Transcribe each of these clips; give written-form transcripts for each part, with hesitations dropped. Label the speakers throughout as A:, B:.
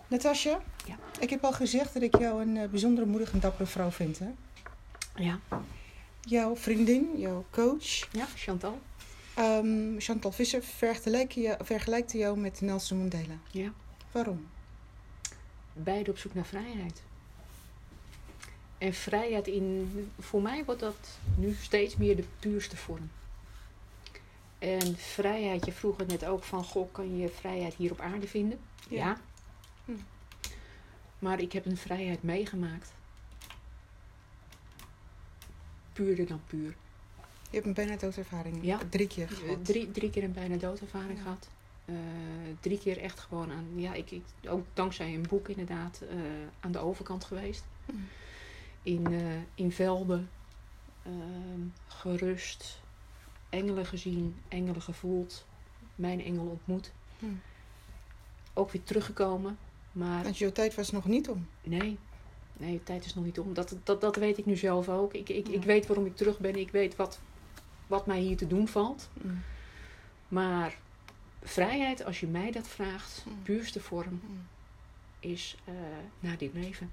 A: Natasja,
B: Ja.
A: ik heb al gezegd dat ik jou een bijzondere moedige en dappere vrouw vind. Hè?
B: Ja.
A: Jouw vriendin, jouw coach,
B: Ja, Chantal.
A: Chantal Visser, vergelijkte jou met Nelson Mandela.
B: Ja.
A: Waarom?
B: Beide op zoek naar vrijheid. En vrijheid voor mij wordt dat nu steeds meer de puurste vorm. En vrijheid, je vroeg het net ook van, goh, kan je vrijheid hier op aarde vinden? Ja. Maar ik heb een vrijheid meegemaakt. Puurder dan puur.
A: Je hebt een bijna doodervaring.
B: Ja.
A: 3 keer gehad.
B: Drie keer een bijna doodervaring gehad. 3 keer echt gewoon aan, ook dankzij een boek inderdaad, aan de overkant geweest. In velden, gerust, engelen gezien, engelen gevoeld, mijn engel ontmoet. Ook weer teruggekomen, maar...
A: Want jouw tijd was nog niet om.
B: Nee, de tijd is nog niet om. Dat weet ik nu zelf ook. Ik weet waarom ik terug ben, ik weet wat mij hier te doen valt. Maar vrijheid, als je mij dat vraagt, puurste vorm, is na dit leven.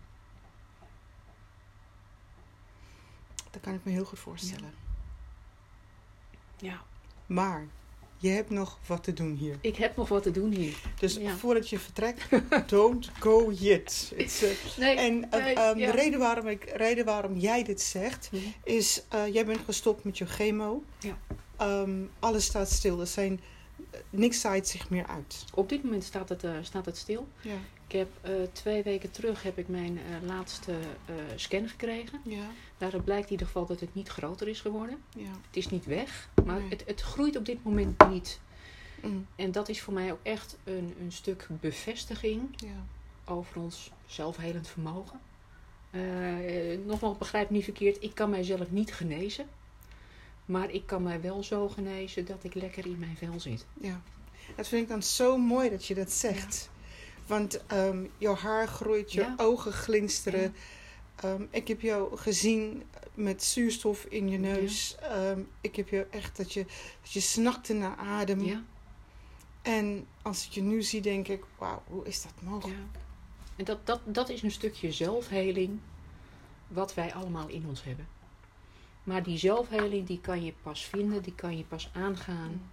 A: Dat kan ik me heel goed voorstellen.
B: Ja.
A: Maar je hebt nog wat te doen hier.
B: Ik heb nog wat te doen hier.
A: Dus voordat je vertrekt, don't go yet. De reden waarom jij dit zegt, is jij bent gestopt met je chemo.
B: Ja.
A: Alles staat stil. Niks zaait zich meer uit.
B: Op dit moment staat het stil.
A: Ja.
B: Ik heb 2 weken terug heb ik mijn laatste scan gekregen.
A: Ja.
B: Daaruit blijkt in ieder geval dat het niet groter is geworden.
A: Ja.
B: Het is niet weg, maar
A: Nee.
B: het groeit op dit moment niet. En dat is voor mij ook echt een stuk bevestiging over ons zelfhelend vermogen. Nogmaals, begrijp me niet verkeerd, ik kan mijzelf niet genezen. Maar ik kan mij wel zo genezen dat ik lekker in mijn vel zit.
A: Ja, dat vind ik dan zo mooi dat je dat zegt. Ja. Want jouw haar groeit, je ogen glinsteren. Ja. Ik heb jou gezien met zuurstof in je neus. Ja. Ik heb jou echt dat je snakte naar adem. Ja. En als ik je nu zie, denk ik, wauw, hoe is dat mogelijk?
B: Ja. En dat is een stukje zelfheling wat wij allemaal in ons hebben. Maar die zelfheling, die kan je pas vinden, die kan je pas aangaan.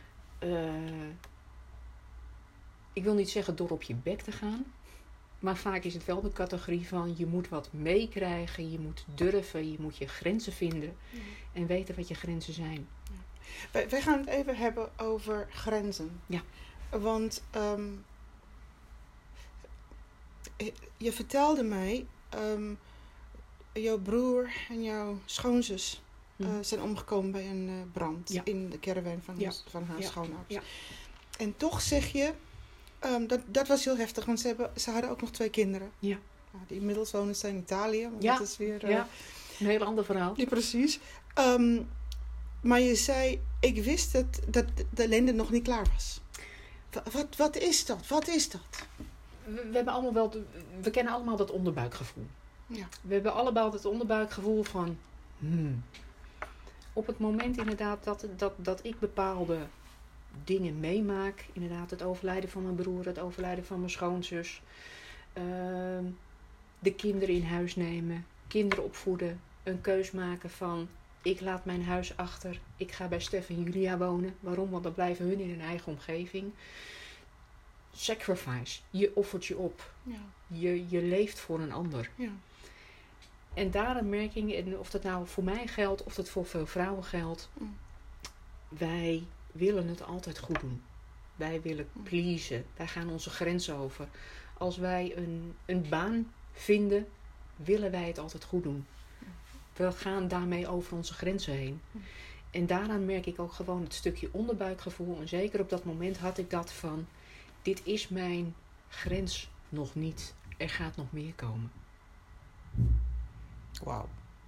B: Ik wil niet zeggen door op je bek te gaan. Maar vaak is het wel de categorie van je moet wat meekrijgen, je moet durven, je moet je grenzen vinden. En weten wat je grenzen zijn.
A: Ja. Wij gaan het even hebben over grenzen.
B: Ja.
A: Want je vertelde mij, jouw broer en jouw schoonzus zijn omgekomen bij een brand in de caravan van haar schoonouders. Ja. En toch zeg je, dat was heel heftig, want ze hadden ook nog 2 kinderen. Ja. Die inmiddels wonen ze in Italië. Dat is weer
B: een heel ander verhaal.
A: Ja, precies. Maar je zei, ik wist dat de ellende nog niet klaar was. Wat is dat? Wat is dat?
B: We kennen allemaal dat onderbuikgevoel.
A: Ja.
B: We hebben allemaal het onderbuikgevoel van... Op het moment inderdaad dat ik bepaalde dingen meemaak. Inderdaad het overlijden van mijn broer, het overlijden van mijn schoonzus. De kinderen in huis nemen. Kinderen opvoeden. Een keus maken van... Ik laat mijn huis achter. Ik ga bij Stef en Julia wonen. Waarom? Want dan blijven hun in hun eigen omgeving. Sacrifice. Je offert je op. Ja. Je leeft voor een ander. Ja. En daarom merk ik, en of dat nou voor mij geldt, of dat voor veel vrouwen geldt. Wij willen het altijd goed doen. Wij willen pleasen. Wij gaan onze grenzen over. Als wij een baan vinden, willen wij het altijd goed doen. We gaan daarmee over onze grenzen heen. En daaraan merk ik ook gewoon het stukje onderbuikgevoel. En zeker op dat moment had ik dat van... Dit is mijn grens nog niet. Er gaat nog meer komen.
A: Wauw.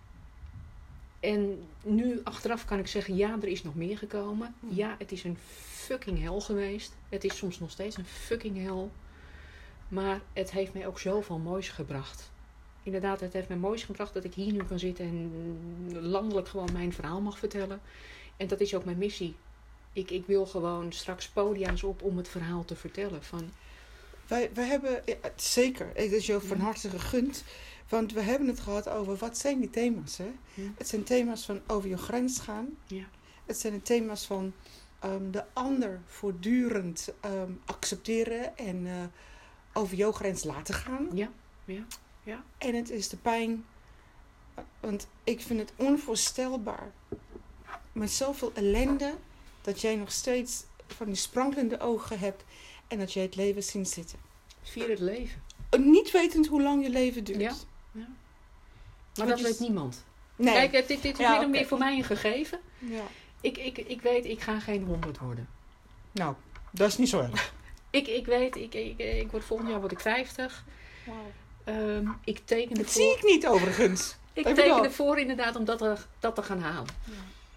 B: En nu achteraf kan ik zeggen... Ja, er is nog meer gekomen. Ja, het is een fucking hel geweest. Het is soms nog steeds een fucking hel. Maar het heeft mij ook zoveel moois gebracht. Inderdaad, het heeft mij moois gebracht dat ik hier nu kan zitten en landelijk gewoon mijn verhaal mag vertellen. En dat is ook mijn missie. Ik wil gewoon straks podia's op om het verhaal te vertellen. Van
A: wij hebben, zeker, het is jou van harte gegund. Want we hebben het gehad over, wat zijn die thema's? Hè? Het zijn thema's van over je grens gaan. Ja. Het zijn de thema's van de ander voortdurend accepteren en over jouw grens laten gaan.
B: Ja, ja, ja.
A: En het is de pijn, want ik vind het onvoorstelbaar met zoveel ellende dat jij nog steeds van die sprankelende ogen hebt en dat jij het leven ziet zitten.
B: Vier het leven.
A: Niet wetend hoe lang je leven duurt.
B: Ja, ja. Maar dat weet niemand.
A: Nee.
B: Kijk, dit is meer voor mij een gegeven. Ja. Ik weet, ik ga geen 100 worden.
A: Nou, dat is niet zo erg.
B: Ik weet, ik word volgend jaar 50. Wow. Ik teken
A: dat zie ik niet overigens.
B: Ik teken ervoor inderdaad om dat te gaan halen. Ja.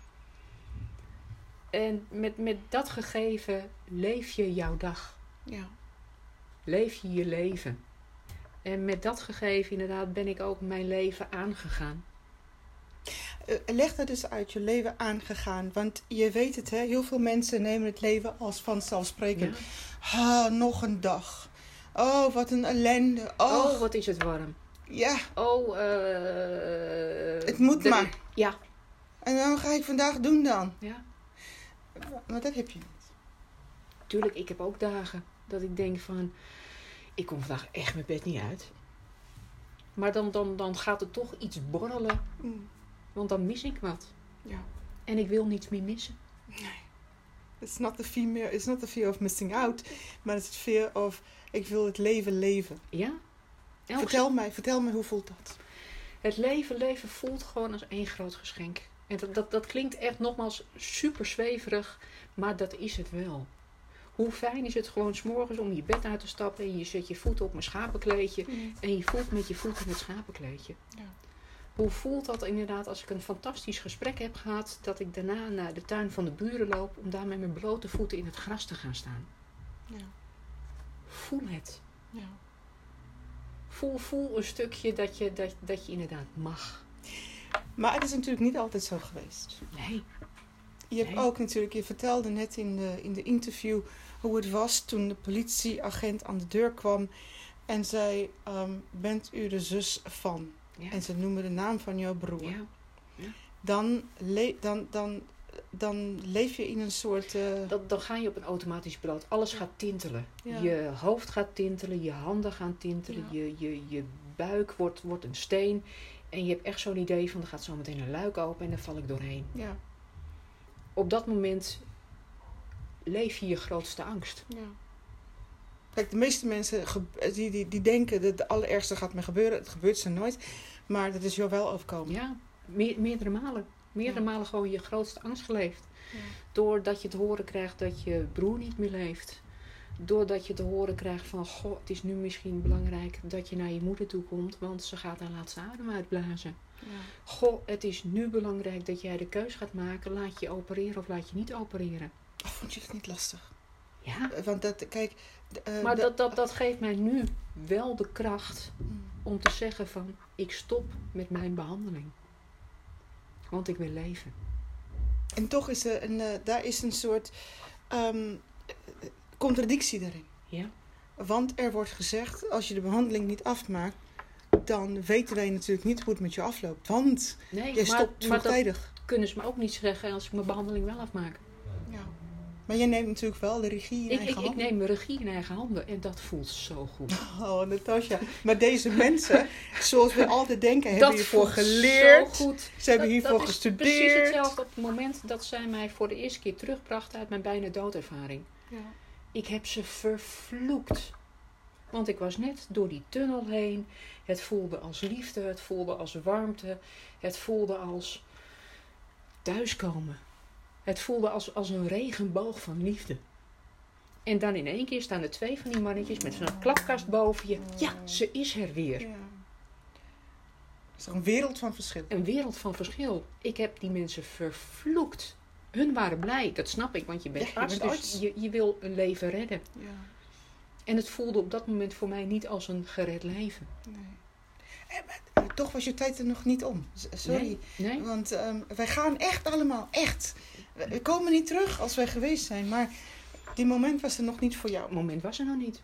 B: En met dat gegeven leef je jouw dag. Ja. Leef je je leven. En met dat gegeven inderdaad ben ik ook mijn leven aangegaan.
A: Leg dat dus uit, je leven aangegaan. Want je weet het, hè? Heel veel mensen nemen het leven als vanzelfsprekend. Ja. Nog een dag. Oh, wat een ellende.
B: Oh, wat is het warm.
A: Ja.
B: Oh,
A: het moet maar.
B: Ja.
A: En wat ga ik vandaag doen dan?
B: Ja.
A: Maar dat heb je niet.
B: Tuurlijk, ik heb ook dagen dat ik denk van, ik kom vandaag echt mijn bed niet uit. Maar dan gaat er toch iets borrelen. Want dan mis ik wat. Ja. En ik wil niets meer missen.
A: Nee. It's not the fear of missing out. Maar het is het fear of, ik wil het leven leven.
B: Ja.
A: Vertel mij, hoe voelt dat?
B: Het leven voelt gewoon als één groot geschenk. En dat klinkt echt nogmaals super zweverig. Maar dat is het wel. Hoe fijn is het gewoon 's morgens om je bed uit te stappen en je zet je voeten op mijn schapenkleedje en je voelt met je voeten in het schapenkleedje. Ja. Hoe voelt dat inderdaad als ik een fantastisch gesprek heb gehad, dat ik daarna naar de tuin van de buren loop om daar met mijn blote voeten in het gras te gaan staan. Ja. Voel het. Ja. Voel een stukje dat je inderdaad mag.
A: Maar het is natuurlijk niet altijd zo geweest.
B: Nee.
A: Je hebt ook natuurlijk, je vertelde net in de interview hoe het was toen de politieagent aan de deur kwam en zei, bent u de zus van? Ja. En ze noemen de naam van jouw broer. Ja. Ja. Dan leef je in een soort...
B: Dan ga je op een automatisch piloot. Alles gaat tintelen. Ja. Je hoofd gaat tintelen, je handen gaan tintelen, je buik wordt een steen. En je hebt echt zo'n idee van, er gaat zo meteen een luik open en daar val ik doorheen. Ja. Op dat moment leef je je grootste angst. Ja.
A: Kijk, de meeste mensen die denken dat het allerergste gaat me gebeuren. Het gebeurt ze nooit. Maar dat is jou wel overkomen.
B: Ja, meerdere malen. Meerdere malen gewoon je grootste angst geleefd. Ja. Doordat je te horen krijgt dat je broer niet meer leeft. Doordat je te horen krijgt van, goh, het is nu misschien belangrijk dat je naar je moeder toe komt, want ze gaat haar laatste adem uitblazen. Ja. Goh, het is nu belangrijk dat jij de keus gaat maken, laat je opereren of laat je niet opereren.
A: Vond je het niet lastig?
B: Ja.
A: Want dat, kijk...
B: maar dat geeft mij nu wel de kracht om te zeggen van, ik stop met mijn behandeling. Want ik wil leven.
A: En toch is daar is een soort contradictie daarin. Ja. Want er wordt gezegd, als je de behandeling niet afmaakt, dan weten wij natuurlijk niet hoe het met je afloopt. Want jij stopt vroegtijdig.
B: Dat kunnen ze me ook niet zeggen als ik mijn behandeling wel afmaak.
A: Ja. Maar jij neemt natuurlijk wel de regie in eigen handen.
B: Ik neem mijn regie in eigen handen en dat voelt zo goed.
A: Oh, Natasja. Maar deze mensen, zoals we altijd denken, hebben hiervoor geleerd.
B: Zo goed.
A: Ze hebben hiervoor gestudeerd.
B: Precies hetzelfde op het moment dat zij mij voor de eerste keer terugbrachten uit mijn bijna doodervaring. Ja. Ik heb ze vervloekt. Want ik was net door die tunnel heen. Het voelde als liefde, het voelde als warmte. Het voelde als thuiskomen. Het voelde als een regenboog van liefde. En dan in één keer staan er 2 van die mannetjes met zo'n klapkast boven je. Ja, ze is er weer. Ja.
A: Het is een wereld van verschil.
B: Een wereld van verschil. Ik heb die mensen vervloekt. Hun waren blij, dat snap ik, want je bent arts, dus je wil een leven redden. Ja. En het voelde op dat moment voor mij niet als een gered leven.
A: Nee. Maar toch was je tijd er nog niet om. Sorry. Nee. Want wij gaan echt allemaal, echt. We komen niet terug als wij geweest zijn. Maar die moment was er nog niet voor jou.
B: Het moment was er nog niet.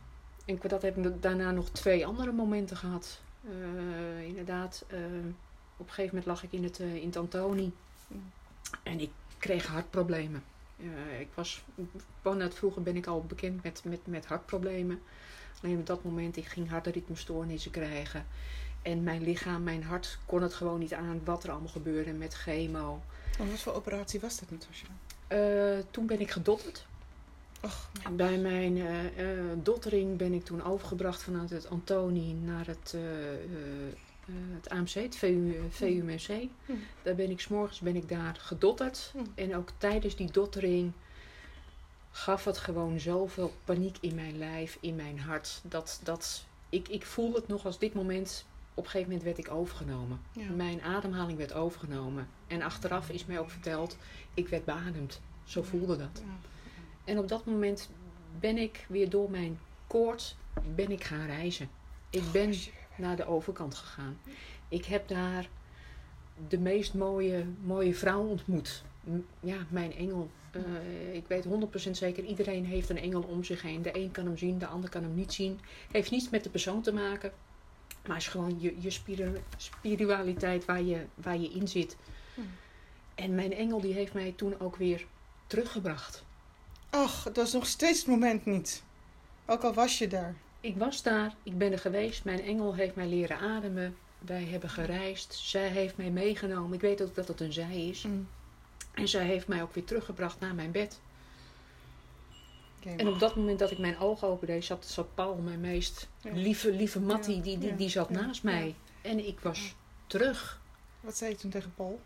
B: En dat heb ik daarna nog 2 andere momenten gehad. Inderdaad, op een gegeven moment lag ik in het Antoni. En ik kreeg hartproblemen. Vanuit vroeger ben ik al bekend met hartproblemen. Alleen op dat moment, ik ging hartritmestoornissen krijgen. En mijn lichaam, mijn hart kon het gewoon niet aan wat er allemaal gebeurde met chemo.
A: Oh, wat voor operatie was dat, Natasja?
B: Toen ben ik gedotterd. Bij mijn dottering ben ik toen overgebracht vanuit het Antoni naar het AMC, het VUMC. Daar ben ik 's morgens daar gedotterd. En ook tijdens die dottering gaf het gewoon zoveel paniek in mijn lijf, in mijn hart. Ik voel het nog als dit moment. Op een gegeven moment werd ik overgenomen. Ja. Mijn ademhaling werd overgenomen. En achteraf is mij ook verteld, ik werd beademd. Zo voelde dat. Ja. En op dat moment ben ik weer door mijn koorts gaan reizen. Ik ben naar de overkant gegaan. Ik heb daar de meest mooie vrouw ontmoet. Ja, mijn engel. Ik weet 100% zeker, iedereen heeft een engel om zich heen. De een kan hem zien, de ander kan hem niet zien. Heeft niets met de persoon te maken. Maar is gewoon je spiritualiteit waar je in zit. En mijn engel die heeft mij toen ook weer teruggebracht.
A: Ach, dat was nog steeds het moment niet. Ook al was je daar.
B: Ik was daar, ik ben er geweest. Mijn engel heeft mij leren ademen. Wij hebben gereisd. Zij heeft mij meegenomen. Ik weet ook dat het een zij is. En zij heeft mij ook weer teruggebracht naar mijn bed. En op dat moment dat ik mijn ogen opende, zat Paul, mijn meest lieve Mattie, die zat naast mij. En ik was terug.
A: Wat zei je toen tegen Paul?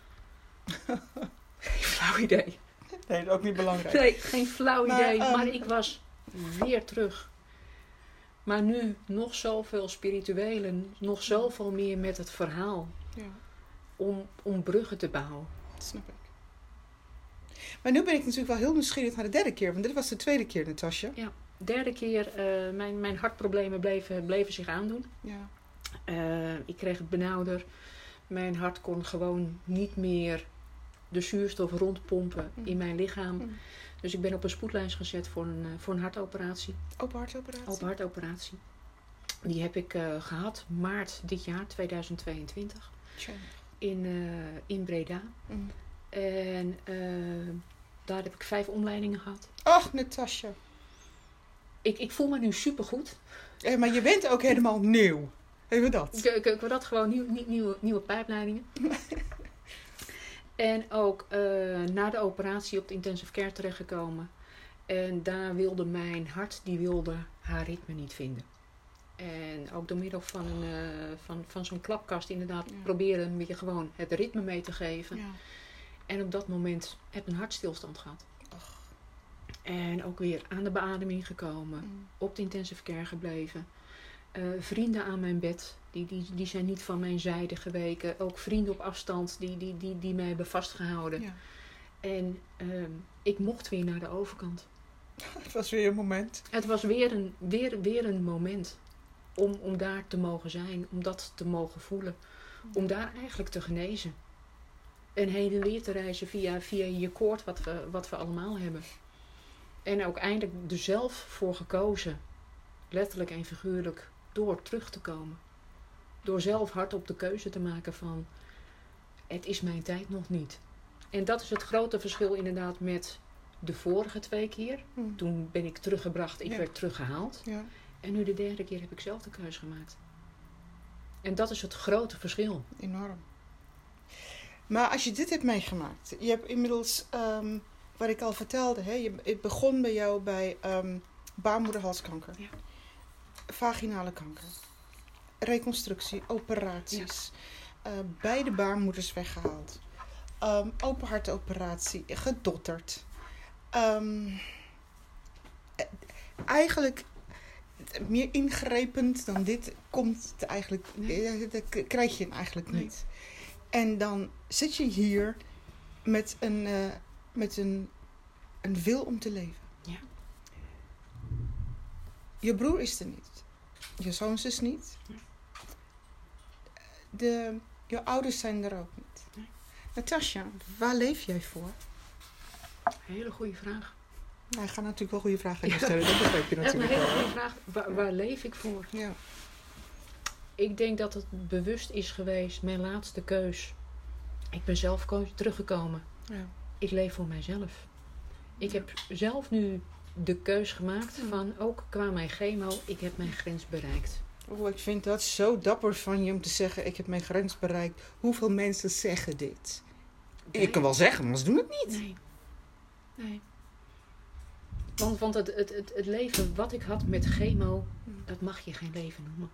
B: Geen flauw idee.
A: Nee, dat is ook niet belangrijk.
B: Nee, geen flauw idee. Maar ik was weer terug. Maar nu nog zoveel spiritueler, nog zoveel meer met het verhaal. Ja. Om bruggen te bouwen.
A: Dat snap ik. Maar nu ben ik natuurlijk wel heel nieuwsgierig naar de 3e keer. Want dit was de 2e keer, Natasja.
B: Ja, 3e keer. Mijn hartproblemen bleven zich aandoen. Ja. Ik kreeg het benauwder. Mijn hart kon gewoon niet meer de zuurstof rondpompen in mijn lichaam. Dus ik ben op een spoedlijst gezet voor een hartoperatie.
A: Open hartoperatie?
B: Open hartoperatie. Die heb ik gehad maart dit jaar, 2022. In Breda. En daar heb ik 5 omleidingen gehad.
A: Ach, Natasja.
B: Ik voel me nu supergoed.
A: Maar je bent ook helemaal nieuw. Even dat.
B: Ik word dat gewoon nieuwe pijpleidingen. En ook na de operatie op de intensive care terechtgekomen. En daar wilde mijn hart, haar ritme niet vinden. En ook door middel van zo'n klapkast inderdaad proberen weer gewoon het ritme mee te geven. Ja. En op dat moment heb ik een hartstilstand gehad. Och. En ook weer aan de beademing gekomen. Op de intensive care gebleven. Vrienden aan mijn bed. Die zijn niet van mijn zijde geweken. Ook vrienden op afstand die mij hebben vastgehouden. Ja. En ik mocht weer naar de overkant.
A: Het was weer een moment.
B: Het was weer een moment. Om daar te mogen zijn. Om dat te mogen voelen. Om daar eigenlijk te genezen. En heen en weer te reizen via je koord wat we allemaal hebben. En ook eindelijk er zelf voor gekozen. Letterlijk en figuurlijk. Door terug te komen. Door zelf hardop de keuze te maken van... Het is mijn tijd nog niet. En dat is het grote verschil inderdaad met de vorige 2 keer. Toen ben ik teruggebracht. Ik werd teruggehaald. Ja. En nu de 3e keer heb ik zelf de keuze gemaakt. En dat is het grote verschil.
A: Enorm. Maar als je dit hebt meegemaakt. Je hebt inmiddels... wat ik al vertelde. Het begon bij jou bij baarmoederhalskanker. Ja. Vaginale kanker. Reconstructie. Operaties. Ja. Beide baarmoeders weggehaald. Open hartoperatie. Gedotterd. Eigenlijk... meer ingrijpend dan dit komt het eigenlijk... Nee. Dat krijg je eigenlijk niet. Nee. En dan zit je hier met een wil om te leven. Ja. Je broer is er niet. Je zoons is niet. Nee. Je ouders zijn er ook niet. Nee. Natasja, waar leef jij voor?
B: Hele goede vraag.
A: Hij gaat natuurlijk wel goede vragen stellen. Dat begrijp je natuurlijk wel.
B: Dat is een hele goede vraag. Waar leef ik voor?
A: Ja.
B: Ik denk dat het bewust is geweest. Mijn laatste keus. Ik ben zelf teruggekomen. Ja. Ik leef voor mijzelf. Ik heb zelf nu de keus gemaakt van, ook qua mijn chemo, ik heb mijn grens bereikt.
A: Oh, ik vind dat zo dapper van je om te zeggen, ik heb mijn grens bereikt. Hoeveel mensen zeggen dit? Nee. Ik kan wel zeggen, maar ze doen het niet.
B: Nee. Want het leven wat ik had met chemo, dat mag je geen leven noemen.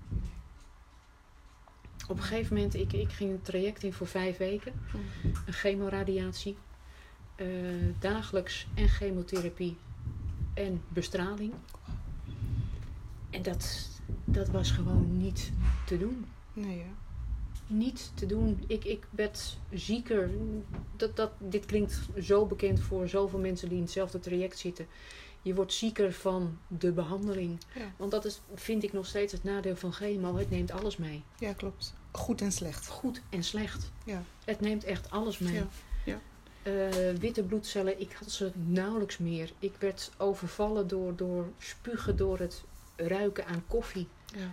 B: Op een gegeven moment, ik ging een traject in voor 5 weken. Een chemoradiatie. Dagelijks en chemotherapie en bestraling. En dat was gewoon niet te doen.
A: Nee, ja.
B: Niet te doen. Ik werd zieker. Dit klinkt zo bekend voor zoveel mensen die in hetzelfde traject zitten. Je wordt zieker van de behandeling. Ja. Want dat is, vind ik nog steeds het nadeel van chemo. Het neemt alles mee.
A: Ja, klopt. Goed en slecht.
B: Goed en slecht.
A: Ja.
B: Het neemt echt alles mee.
A: Ja.
B: Witte bloedcellen, ik had ze nauwelijks meer. Ik werd overvallen door spugen, door het ruiken aan koffie. Ja.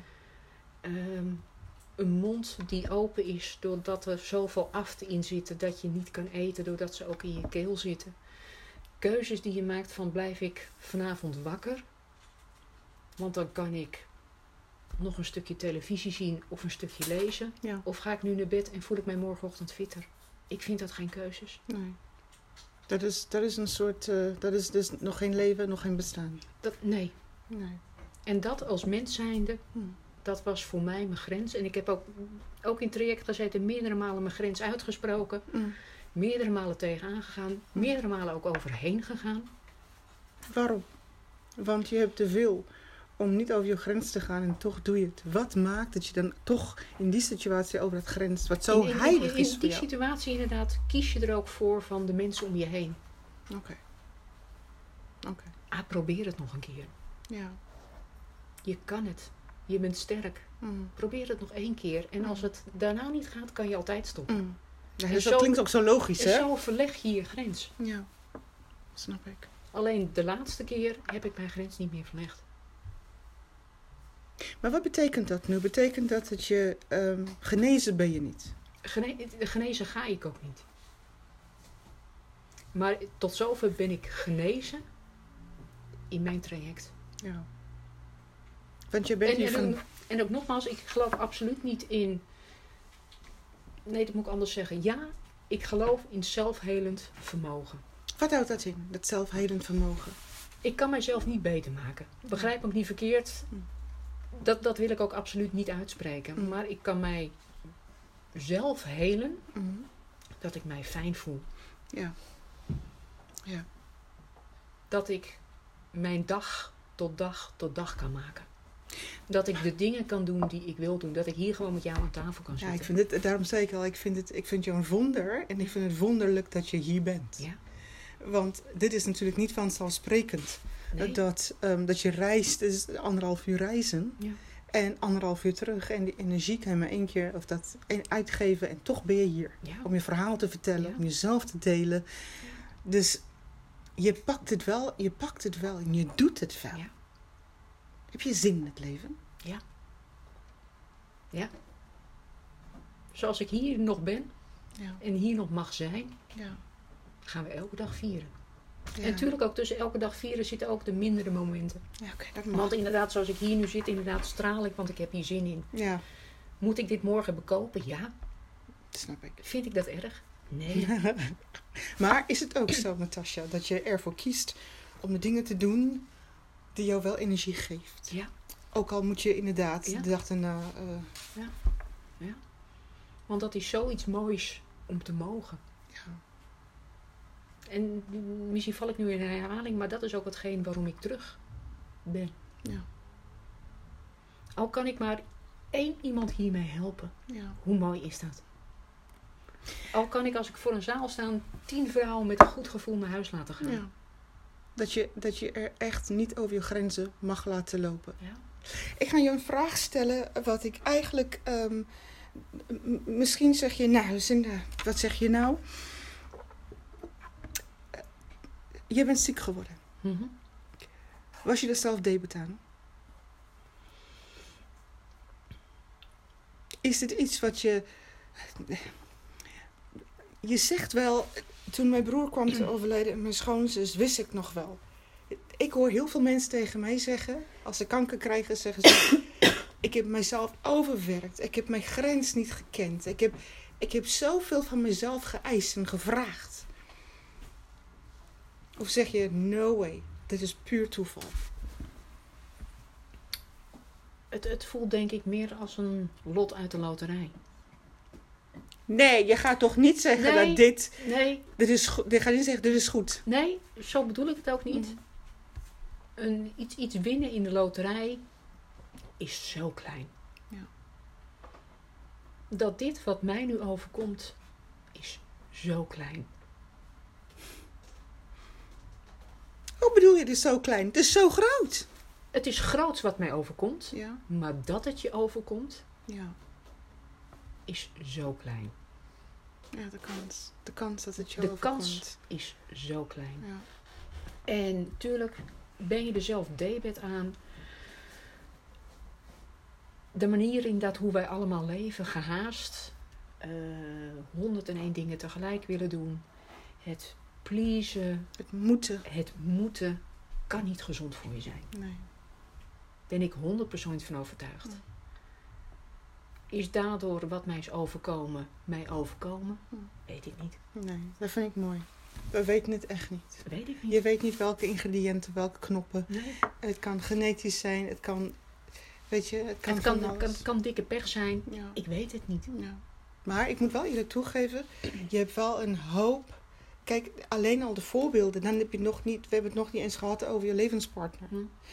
B: Een mond die open is doordat er zoveel aften in zitten dat je niet kan eten, doordat ze ook in je keel zitten. Keuzes die je maakt van, blijf ik vanavond wakker? Want dan kan ik nog een stukje televisie zien of een stukje lezen. Ja. Of ga ik nu naar bed en voel ik mij morgenochtend fitter? Ik vind dat geen keuzes.
A: Nee. Dat is een soort, dat is dus nog geen leven, nog geen bestaan.
B: Nee. En dat als mens zijnde, dat was voor mij mijn grens. En ik heb ook in traject gezeten, meerdere malen mijn grens uitgesproken. Meerdere malen tegenaan gegaan. Meerdere malen ook overheen gegaan.
A: Waarom? Want je hebt te veel om niet over je grens te gaan en toch doe je het. Wat maakt dat je dan toch in die situatie over het grens, wat zo heilig is voor jou?
B: In die situatie inderdaad kies je er ook voor van de mensen om je heen.
A: Oké.
B: Probeer het nog een keer.
A: Ja.
B: Je kan het. Je bent sterk. Probeer het nog 1 keer. En als het daarna niet gaat, kan je altijd stoppen.
A: Ja, dus dat klinkt ook zo logisch, hè?
B: En zo verleg je je grens.
A: Ja, snap ik.
B: Alleen de laatste keer heb ik mijn grens niet meer verlegd.
A: Maar wat betekent dat nu? Betekent dat je genezen ben je niet?
B: Genezen ga ik ook niet. Maar tot zover ben ik genezen in mijn traject.
A: Ja. Want je bent
B: en ook nogmaals, ik geloof absoluut niet in... Nee, dat moet ik anders zeggen. Ja, ik geloof in zelfhelend vermogen.
A: Wat houdt dat in, dat zelfhelend vermogen?
B: Ik kan mijzelf niet beter maken. Begrijp me ook niet verkeerd. Dat wil ik ook absoluut niet uitspreken. Maar ik kan mij zelf helen. Dat ik mij fijn voel.
A: Ja.
B: Dat ik mijn dag tot dag kan maken. Dat ik de dingen kan doen die ik wil doen. Dat ik hier gewoon met jou aan tafel kan zitten.
A: Ja, ik vind het, daarom zei ik al, ik vind jou een wonder. En ik vind het wonderlijk dat je hier bent.
B: Ja.
A: Want dit is natuurlijk niet vanzelfsprekend. Nee. Dat je reist, het is 1,5 uur reizen. Ja. En 1,5 uur terug. En die energie kan je maar 1 keer of dat uitgeven. En toch ben je hier. Ja. Om je verhaal te vertellen. Om jezelf te delen. Ja. Dus je pakt het wel en je doet het wel. Ja. Heb je zin in het leven?
B: Ja. Zoals ik hier nog ben. Ja. En hier nog mag zijn. Ja. Gaan we elke dag vieren. Ja. En natuurlijk ook tussen elke dag vieren zitten ook de mindere momenten.
A: Ja, dat mag.
B: Want inderdaad, zoals ik hier nu zit, inderdaad straal ik, want ik heb hier zin in.
A: Ja.
B: Moet ik dit morgen bekopen? Ja.
A: Dat snap ik.
B: Vind ik dat erg? Nee.
A: Maar is het ook zo, Natasja, dat je ervoor kiest om de dingen te doen die jou wel energie geeft?
B: Ja.
A: Ook al moet je inderdaad de dag daarna...
B: Ja. Want dat is zoiets moois om te mogen.
A: Ja.
B: En misschien val ik nu in herhaling, maar dat is ook hetgeen waarom ik terug ben.
A: Ja.
B: Al kan ik maar 1 iemand hiermee helpen.
A: Ja.
B: Hoe mooi is dat? Al kan ik als ik voor een zaal sta 10 vrouwen met een goed gevoel naar huis laten gaan.
A: Ja. Dat je er echt niet over je grenzen mag laten lopen.
B: Ja.
A: Ik ga je een vraag stellen wat ik eigenlijk... misschien zeg je, wat zeg je nou? Je bent ziek geworden.
B: Mm-hmm.
A: Was je er zelf debet aan? Is dit iets wat je... Je zegt wel... Toen mijn broer kwam te overlijden en mijn schoonzus, wist ik nog wel. Ik hoor heel veel mensen tegen mij zeggen... Als ze kanker krijgen, zeggen ze... Ik heb mijzelf overwerkt. Ik heb mijn grens niet gekend. Ik heb zoveel van mezelf geëist en gevraagd. Of zeg je, no way. Dit is puur toeval.
B: Het voelt denk ik meer als een lot uit de loterij.
A: Nee, je gaat toch niet zeggen dat dit...
B: Nee.
A: Je gaat niet zeggen, dit is goed.
B: Nee, zo bedoel ik het ook niet. Iets winnen in de loterij is zo klein.
A: Ja.
B: Dat dit wat mij nu overkomt, is zo klein.
A: Hoe bedoel je, dit is zo klein? Het is zo groot.
B: Het is groots wat mij overkomt.
A: Ja.
B: Maar dat het je overkomt,
A: is
B: zo klein.
A: Ja, de kans dat het je overkomt. De kans
B: is zo klein.
A: Ja.
B: En natuurlijk ben je er zelf debet aan. De manier in dat hoe wij allemaal leven, gehaast. 101 dingen tegelijk willen doen. Het pleasen. Het moeten kan niet gezond voor je zijn.
A: Nee.
B: Ben ik 100% van overtuigd. Nee. Is daardoor wat mij is overkomen, mij overkomen? Weet ik niet.
A: Nee, dat vind ik mooi. We weten het echt niet.
B: Weet ik niet.
A: Je weet niet welke ingrediënten, welke knoppen.
B: Nee.
A: Het kan genetisch zijn, het kan... Weet je,
B: het kan dikke pech zijn.
A: Ja.
B: Ik weet het niet.
A: Ja. Maar ik moet wel eerlijk toegeven, je hebt wel een hoop... Kijk, alleen al de voorbeelden, dan heb je nog niet... We hebben het nog niet eens gehad over je levenspartner.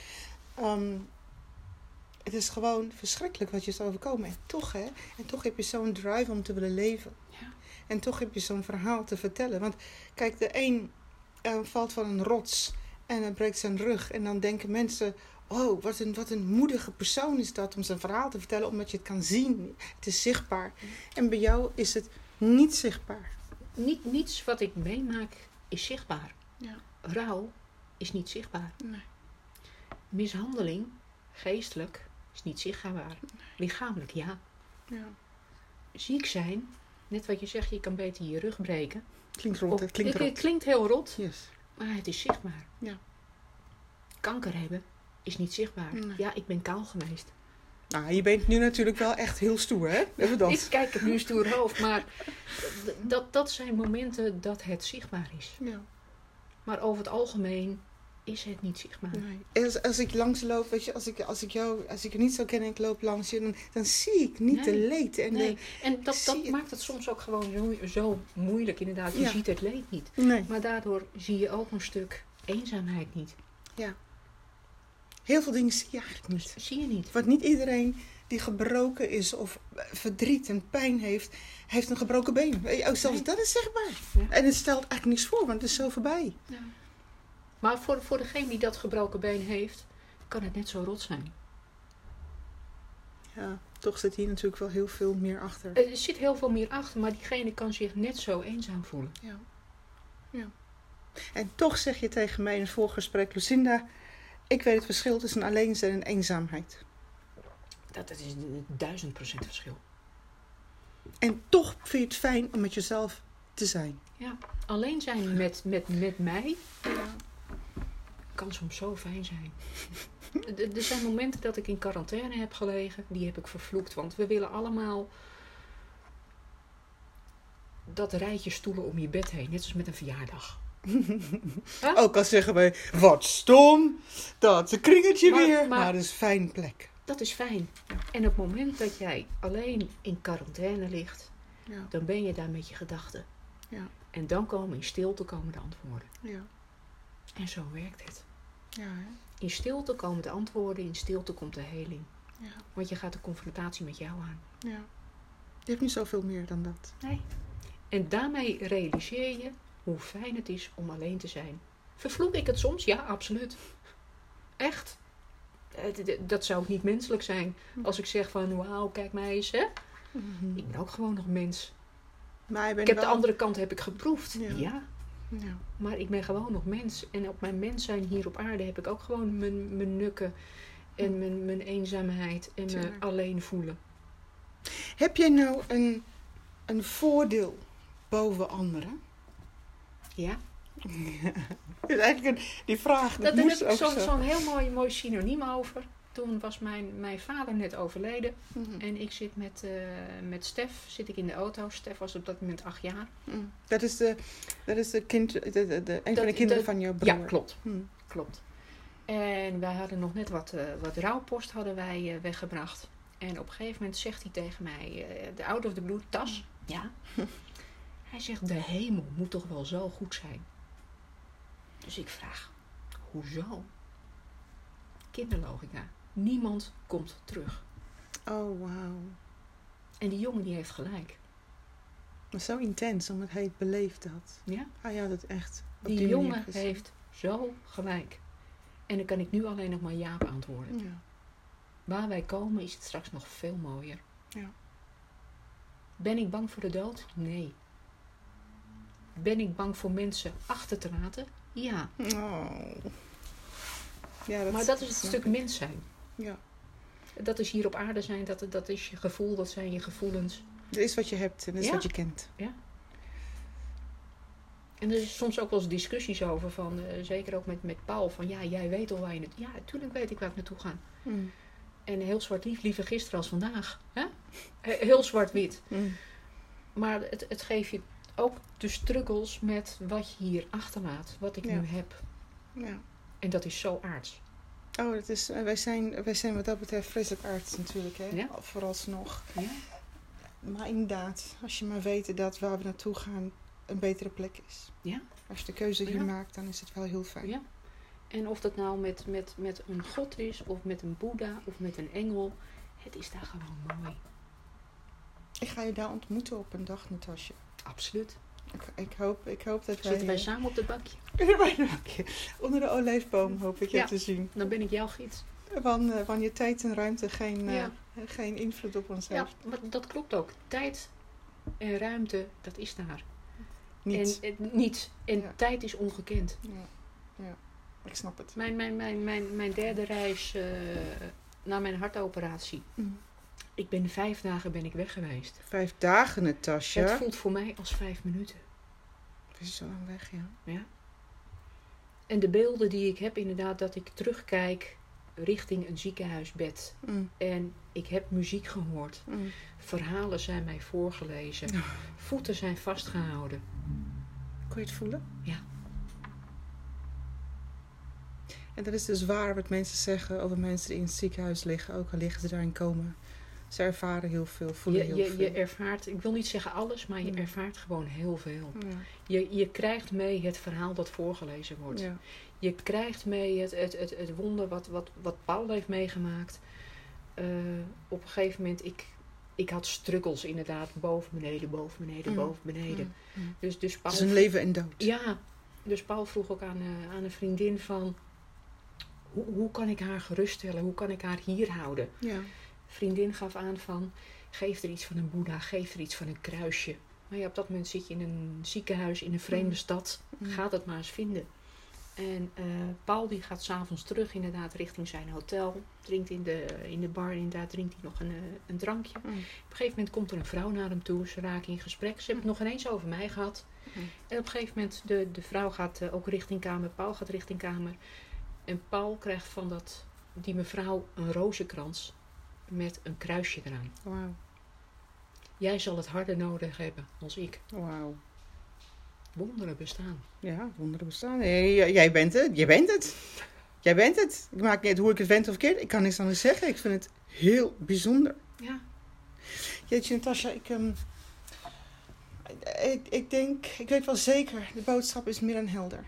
A: Het is gewoon verschrikkelijk wat je is overkomen. En toch heb je zo'n drive om te willen leven.
B: Ja.
A: En toch heb je zo'n verhaal te vertellen. Want kijk, de een valt van een rots en hij breekt zijn rug. En dan denken mensen, oh, wat een moedige persoon is dat om zijn verhaal te vertellen. Omdat je het kan zien. Het is zichtbaar. En bij jou is het niet zichtbaar.
B: Niets wat ik meemaak is zichtbaar.
A: Ja.
B: Rouw is niet zichtbaar.
A: Nee.
B: Mishandeling, geestelijk, is niet zichtbaar. Nee. Lichamelijk, ja. Ziek zijn, net wat je zegt, je kan beter je rug breken.
A: Klinkt rot, het klinkt rot.
B: Het klinkt heel rot,
A: yes.
B: Maar het is zichtbaar.
A: Ja.
B: Kanker hebben is niet zichtbaar. Nee. Ja, ik ben kaal geweest.
A: Nou, je bent nu natuurlijk wel echt heel stoer, hè? Even dat.
B: Ik kijk het nu stoer hoofd, maar dat zijn momenten dat het zichtbaar is.
A: Ja.
B: Maar over het algemeen is het niet zichtbaar.
A: Nee. Als ik langs loop, weet je, als ik je niet zo ken en ik loop langs je, dan zie ik niet de leed.
B: En dat maakt het soms ook gewoon zo moeilijk, inderdaad. Je ziet het leed niet.
A: Nee.
B: Maar daardoor zie je ook een stuk eenzaamheid niet.
A: Ja. Heel veel dingen zie je eigenlijk niet.
B: Zie je niet.
A: Want niet iedereen die gebroken is of verdriet en pijn heeft een gebroken been. Zelfs dat is zichtbaar. Ja. En het stelt eigenlijk niks voor, want het is zo voorbij.
B: Ja. Maar voor degene die dat gebroken been heeft, kan het net zo rot zijn.
A: Ja, toch zit hier natuurlijk wel heel veel meer achter.
B: Er zit heel veel meer achter, maar diegene kan zich net zo eenzaam voelen.
A: Ja. En toch zeg je tegen mij in het voorgesprek, Lucinda, ik weet het verschil tussen alleen zijn en eenzaamheid.
B: Dat is 1000% verschil.
A: En toch vind je het fijn om met jezelf te zijn.
B: Ja, alleen zijn met mij kan soms zo fijn zijn. Er zijn momenten dat ik in quarantaine heb gelegen. Die heb ik vervloekt. Want we willen allemaal dat rijtje stoelen om je bed heen. Net als met een verjaardag. Huh?
A: Ook al zeggen wij, wat stom. Dat is een kringetje weer. Maar dat is een fijn plek.
B: Dat is fijn. En op het moment dat jij alleen in quarantaine ligt, dan ben je daar met je gedachten.
A: Ja.
B: En dan komen in stilte de antwoorden.
A: Ja.
B: En zo werkt het.
A: Ja, hè?
B: In stilte komen de antwoorden, in stilte komt de heling.
A: Ja.
B: Want je gaat de confrontatie met jou aan.
A: Ja. Je hebt niet zoveel meer dan dat.
B: Nee. En daarmee realiseer je hoe fijn het is om alleen te zijn. Vervloek ik het soms? Ja, absoluut. Echt. Dat zou ook niet menselijk zijn. Als ik zeg van, wauw, kijk mij eens, hè. Ik ben ook gewoon nog mens.
A: Maar
B: Ik heb de andere kant heb ik geproefd. Ja.
A: Ja.
B: Maar ik ben gewoon nog mens. En op mijn mens zijn hier op aarde heb ik ook gewoon mijn nukken. En mijn eenzaamheid. En me alleen voelen.
A: Heb jij nou een voordeel boven anderen?
B: Ja.
A: Dat is eigenlijk die vraag.
B: Daar heb ik zo'n heel mooi synoniem over. Toen was mijn vader net overleden. Mm-hmm. En ik zit met Stef zit ik in de auto. Stef was op dat moment 8 jaar.
A: Mm. Dat is een van de kinderen van jouw broer.
B: Ja, klopt. Klopt. En wij hadden nog net wat rouwpost hadden wij weggebracht. En op een gegeven moment zegt hij tegen mij, de out of the blue, Tas. Ja. Hij zegt, de hemel moet toch wel zo goed zijn. Dus ik vraag, hoezo? Kinderlogica. Niemand komt terug.
A: Oh, wauw.
B: En die jongen die heeft gelijk.
A: Maar zo intens, omdat hij het beleefd had.
B: Ja.
A: Hij had het echt op
B: die jongen heeft zo gelijk. En dan kan ik nu alleen nog maar ja beantwoorden.
A: Ja.
B: Waar wij komen is het straks nog veel mooier.
A: Ja. Ben
B: ik bang voor de dood? Nee. Ben ik bang voor mensen achter te laten? Ja.
A: Oh. Ja,
B: maar dat is het stuk mens zijn.
A: Ja.
B: Dat is hier op aarde zijn, dat is je gevoel, dat zijn je gevoelens.
A: Dat is wat je hebt en dat is wat je kent.
B: Ja. En er is soms ook wel eens discussies over, zeker ook met Paul, van ja, jij weet al waar je naartoe... Ja, natuurlijk weet ik waar ik naartoe ga. En heel zwart-wit, liever gisteren als vandaag. Hè? Heel zwart-wit. Maar het geeft je ook de struggles met wat je hier achterlaat, wat ik nu heb.
A: Ja.
B: En dat is zo aards.
A: Oh, dat is, wij zijn wat dat betreft vreselijk aards natuurlijk, hè?
B: Ja.
A: Vooralsnog.
B: Ja.
A: Maar inderdaad, als je maar weet dat waar we naartoe gaan een betere plek is.
B: Ja.
A: Als je de keuze hier maakt, dan is het wel heel fijn.
B: Ja. En of dat nou met een god is, of met een boeddha, of met een engel, het is daar gewoon mooi.
A: Ik ga je daar ontmoeten op een dag, Natasja.
B: Absoluut.
A: Ik hoop dat wij...
B: Zitten wij samen op het bakje?
A: Onder de olijfboom hoop ik je te zien.
B: Dan ben ik jouw gids.
A: Wanneer tijd en ruimte geen invloed op ons heeft.
B: Ja, maar dat klopt ook. Tijd en ruimte, dat is daar.
A: Niet.
B: En tijd is ongekend.
A: Ja, ik snap het.
B: Mijn derde reis na mijn hartoperatie. Ik ben 5 dagen weg geweest.
A: 5 dagen, Natasja?
B: Het voelt voor mij als 5 minuten.
A: Dat is zo lang weg,
B: ja. En de beelden die ik heb, inderdaad, dat ik terugkijk richting een ziekenhuisbed. En ik heb muziek gehoord. Verhalen zijn mij voorgelezen. Voeten zijn vastgehouden.
A: Kon je het voelen?
B: Ja.
A: En dat is dus waar wat mensen zeggen over mensen die in het ziekenhuis liggen. Ook al liggen ze daar in coma. Ze ervaren heel veel, voelen heel veel.
B: Je ervaart, ik wil niet zeggen alles, maar je ervaart gewoon heel veel. Ja. Je krijgt mee het verhaal dat voorgelezen wordt. Ja. Je krijgt mee het wonder wat Paul heeft meegemaakt. Op een gegeven moment, ik had struggles inderdaad. Boven, beneden. Dus Paul,
A: het is een leven en dood.
B: Ja, dus Paul vroeg ook aan een vriendin van... Hoe kan ik haar geruststellen? Hoe kan ik haar hier houden?
A: Ja.
B: Vriendin gaf aan van, geef er iets van een boeddha, geef er iets van een kruisje. Maar ja, op dat moment zit je in een ziekenhuis, in een vreemde stad. Ga het maar eens vinden. En Paul die gaat 's avonds terug inderdaad richting zijn hotel. Drinkt in de bar inderdaad, drinkt hij nog een drankje. Op een gegeven moment komt er een vrouw naar hem toe. Ze raken in gesprek. Ze hebben het nog ineens over mij gehad. En op een gegeven moment, de vrouw gaat ook richting kamer. Paul gaat richting kamer. En Paul krijgt van die mevrouw een rozenkrans met een kruisje eraan.
A: Wauw.
B: Jij zal het harder nodig hebben als ik.
A: Wauw.
B: Wonderen bestaan.
A: Ja, wonderen bestaan. Nee, jij bent het. Je bent het. Jij bent het. Ik maak niet uit hoe ik het wend of verkeerd. Ik kan niks anders zeggen. Ik vind het heel bijzonder.
B: Ja.
A: Jeetje, Natasja, ik weet wel zeker, de boodschap is meer dan helder.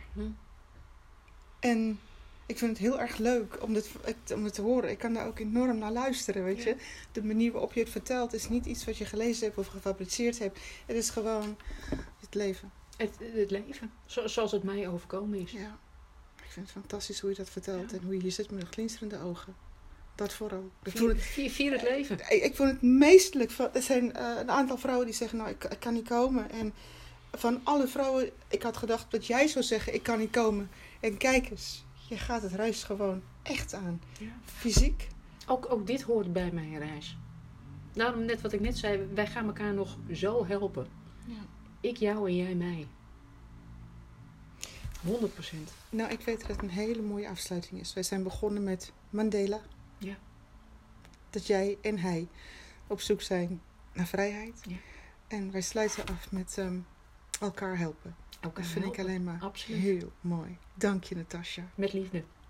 A: En ik vind het heel erg leuk om dit te horen. Ik kan daar ook enorm naar luisteren, weet je. De manier waarop je het vertelt is niet iets wat je gelezen hebt of gefabriceerd hebt. Het is gewoon het leven.
B: Het leven, zoals het mij overkomen is.
A: Ja, ik vind het fantastisch hoe je dat vertelt. En hoe je hier zit met glinsterende ogen. Dat vooral.
B: Vier het leven.
A: Ik vond het meestelijk. Er zijn een aantal vrouwen die zeggen, nou, ik kan niet komen. En van alle vrouwen, ik had gedacht dat jij zou zeggen, ik kan niet komen. En kijk eens, je gaat het reis gewoon echt aan. Ja. Fysiek.
B: Ook dit hoort bij mijn reis. Daarom net wat ik net zei, wij gaan elkaar nog zo helpen. Ja. Ik jou en jij mij. 100%.
A: Nou, ik weet dat het een hele mooie afsluiting is. Wij zijn begonnen met Mandela.
B: Ja.
A: Dat jij en hij op zoek zijn naar vrijheid.
B: Ja.
A: En wij sluiten af met elkaar helpen.
B: Elkaar
A: dat vind
B: helpen.
A: Ik alleen maar
B: Absoluut.
A: Heel mooi. Dank je, Natasja.
B: Met liefde.